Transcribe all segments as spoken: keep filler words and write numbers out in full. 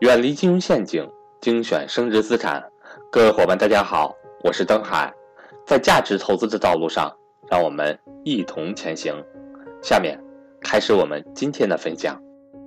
远离金融陷阱，精选升值资产。各位伙伴大家好，我是登海。在价值投资的道路上，让我们一同前行。下面开始我们今天的分享。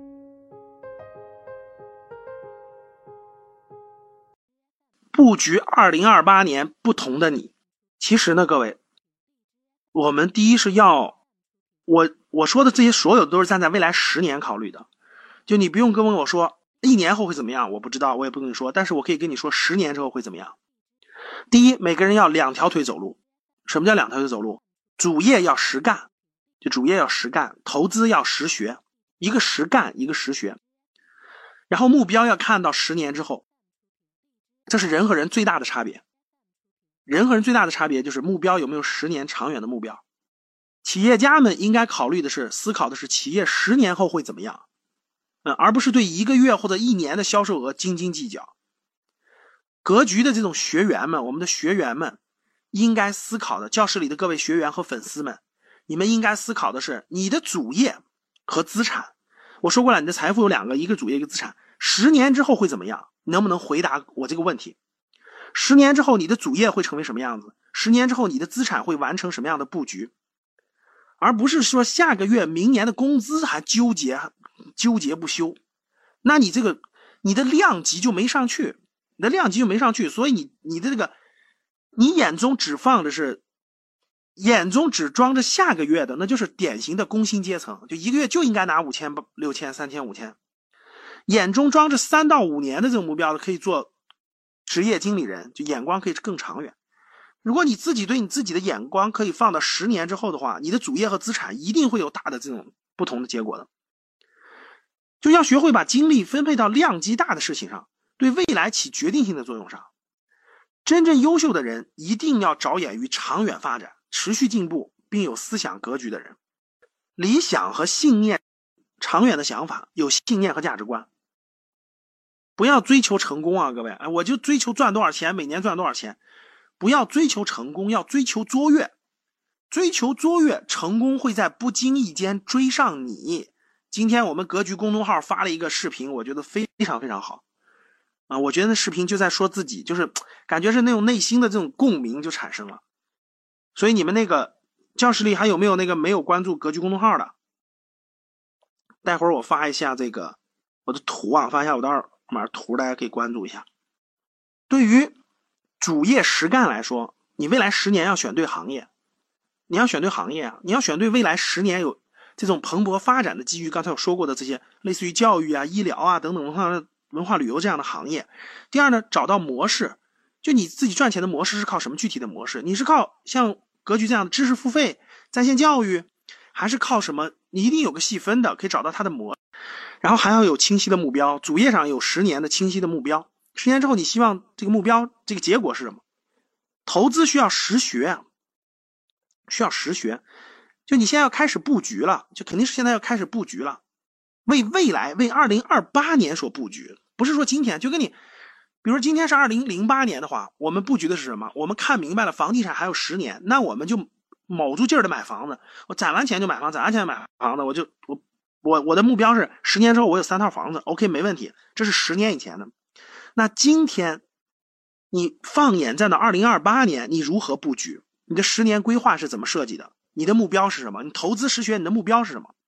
布局二零二八年不同的你。其实呢，各位，我们第一是要我我说的这些所有都是站在未来十年考虑的，就你不用跟我说一年后会怎么样，我不知道，我也不跟你说，但是我可以跟你说十年之后会怎么样。第一，每个人要两条腿走路。什么叫两条腿走路？主业要实干，就主业要实干，投资要实学，一个实干，一个实学。然后目标要看到十年之后，这是人和人最大的差别。人和人最大的差别就是目标有没有十年长远的目标。企业家们应该考虑的是，思考的是企业十年后会怎么样，嗯，而不是对一个月或者一年的销售额斤斤计较。格局的这种学员们，我们的学员们应该思考的，教室里的各位学员和粉丝们，你们应该思考的是你的主业和资产。我说过了，你的财富有两个，一个主业一个资产。十年之后会怎么样？你能不能回答我这个问题？十年之后你的主业会成为什么样子？十年之后你的资产会完成什么样的布局？而不是说下个月明年的工资还纠结纠结不休，那你这个你的量级就没上去，你的量级就没上去，所以你你的这个你眼中只放的是眼中只装着下个月的，那就是典型的工薪阶层，就一个月就应该拿五千、六千、三千、五千。眼中装着三到五年的这种目标的，可以做职业经理人，就眼光可以更长远。如果你自己对你自己的眼光可以放到十年之后的话，你的主业和资产一定会有大的这种不同的结果的。就要学会把精力分配到量级大的事情上，对未来起决定性的作用上。真正优秀的人一定要着眼于长远发展，持续进步，并有思想格局的人。理想和信念，长远的想法，有信念和价值观。不要追求成功啊，各位，我就追求赚多少钱，每年赚多少钱。不要追求成功，要追求卓越。追求卓越，成功会在不经意间追上你。今天我们格局公众号发了一个视频，我觉得非常非常好啊！我觉得那视频就在说自己，就是感觉是那种内心的这种共鸣就产生了。所以你们那个教室里还有没有那个没有关注格局公众号的？待会儿我发一下这个我的图啊，发一下我的二码图，大家可以关注一下。对于主业实干来说，你未来十年要选对行业，你要选对行业啊，你要选对未来十年有这种蓬勃发展的机遇。刚才我说过的这些类似于教育啊、医疗啊等等文化文化旅游这样的行业。第二呢，找到模式，就你自己赚钱的模式是靠什么具体的模式？你是靠像格局这样的知识付费、在线教育，还是靠什么？你一定有个细分的，可以找到它的模式。然后还要有清晰的目标，主业上有十年的清晰的目标。十年之后你希望这个目标这个结果是什么？投资需要实学，需要实学。就你现在要开始布局了，就肯定是现在要开始布局了，为未来为二零二八年所布局。不是说今天就跟你比如说今天是二零零八年的话，我们布局的是什么？我们看明白了房地产还有十年，那我们就卯住劲儿的买房子，我攒完钱就买房，攒完钱买房子，我就我我我的目标是十年之后我有三套房子 OK 没问题，这是十年以前的。那今天你放眼站到二零二八年，你如何布局？你的十年规划是怎么设计的？你的目标是什么？你投资实学，你的目标是什么？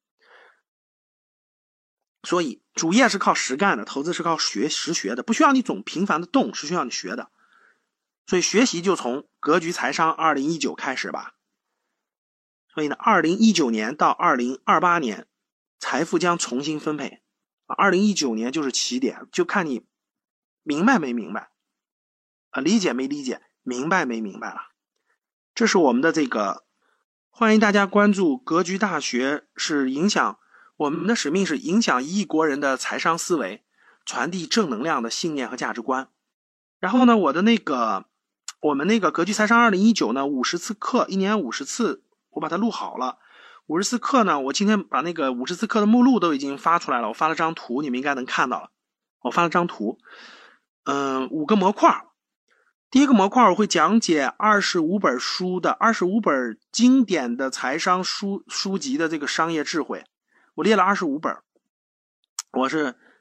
所以主业是靠实干的，投资是靠学实学的，不需要你总频繁的动，是需要你学的。所以学习就从格局财商二零一九开始吧。所以呢，二零一九年到二零二八年，财富将重新分配。二零一九年就是起点，就看你明白没明白啊？理解没理解？明白没明白了？这是我们的这个，欢迎大家关注格局大学，是影响我们的使命是影响一亿国人的财商思维，传递正能量的信念和价值观。然后呢，我的那个我们那个格局财商二零一九呢，五十次课，一年五十次，我把它录好了。五十次课呢，我今天把那个五十次课的目录都已经发出来了，我发了张图，你们应该能看到了。我发了张图，嗯、呃，五个模块。第一个模块我会讲解二十五本书的二十五本经典的财商书书籍的这个商业智慧，我列了二十五本，我是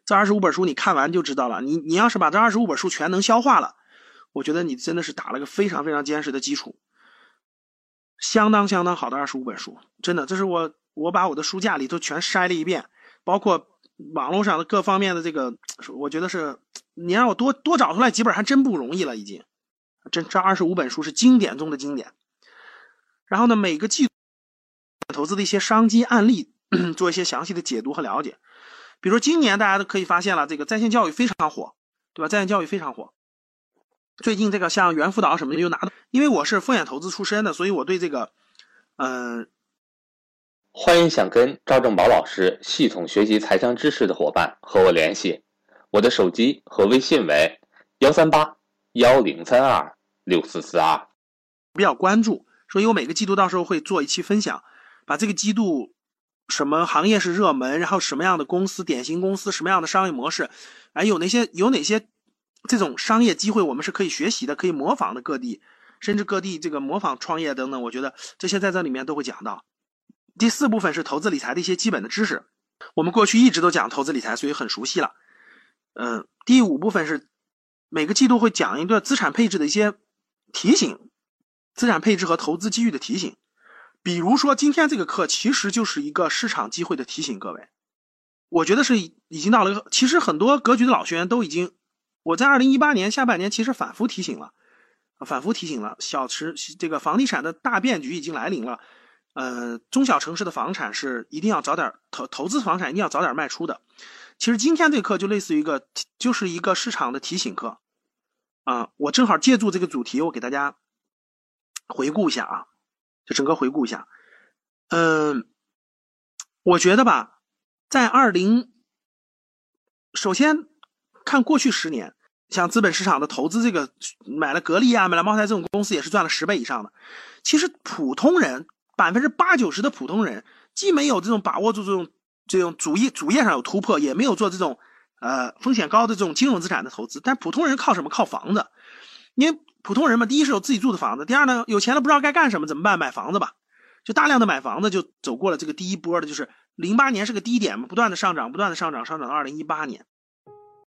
这二十五本书你看完就知道了。你你要是把这二十五本书全能消化了，我觉得你真的是打了个非常非常坚实的基础，相当相当好的二十五本书，真的，这是我我把我的书架里头全筛了一遍，包括网络上的各方面的这个，我觉得是你让我多多找出来几本还真不容易了，已经。这这二十五本书是经典中的经典。然后呢，每个季度投资的一些商机案例做一些详细的解读和了解。比如今年大家都可以发现了，这个在线教育非常火，对吧？在线教育非常火。最近这个像猿辅导什么的又拿到，因为我是风险投资出身的，所以我对这个嗯、呃欢迎想跟赵正宝老师系统学习财商知识的伙伴和我联系，我的手机和微信为幺三八幺零三二六四四二。 比较关注，所以我每个季度到时候会做一期分享，把这个季度什么行业是热门，然后什么样的公司，典型公司，什么样的商业模式，还有哪些有哪些这种商业机会我们是可以学习的，可以模仿的，各地甚至各地这个模仿创业等等，我觉得这些在这里面都会讲到。第四部分是投资理财的一些基本的知识，我们过去一直都讲投资理财，所以很熟悉了。嗯、呃，第五部分是每个季度会讲一个资产配置的一些提醒，资产配置和投资机遇的提醒。比如说今天这个课其实就是一个市场机会的提醒，各位，我觉得是已经到了一个，其实很多格局的老学员都已经，我在二零一八年下半年其实反复提醒了，反复提醒了，小池这个房地产的大变局已经来临了。呃，中小城市的房产是一定要早点投投资，房产一定要早点卖出的。其实今天这个课就类似于一个，就是一个市场的提醒课啊、呃。我正好借助这个主题，我给大家回顾一下啊，就整个回顾一下。嗯、呃，我觉得吧，在二零，首先看过去十年，像资本市场的投资，这个买了格力啊，买了茅台这种公司也是赚了十倍以上的。其实普通人。百分之八九十的普通人既没有这种把握住这种这种主业主业上有突破，也没有做这种呃风险高的这种金融资产的投资。但普通人靠什么？靠房子。因为普通人嘛，第一是有自己住的房子，第二呢，有钱了不知道该干什么，怎么办？买房子吧，就大量的买房子，就走过了这个第一波的，就是零八年是个低点嘛，不断的上涨，不断的上涨，上涨到二零一八年。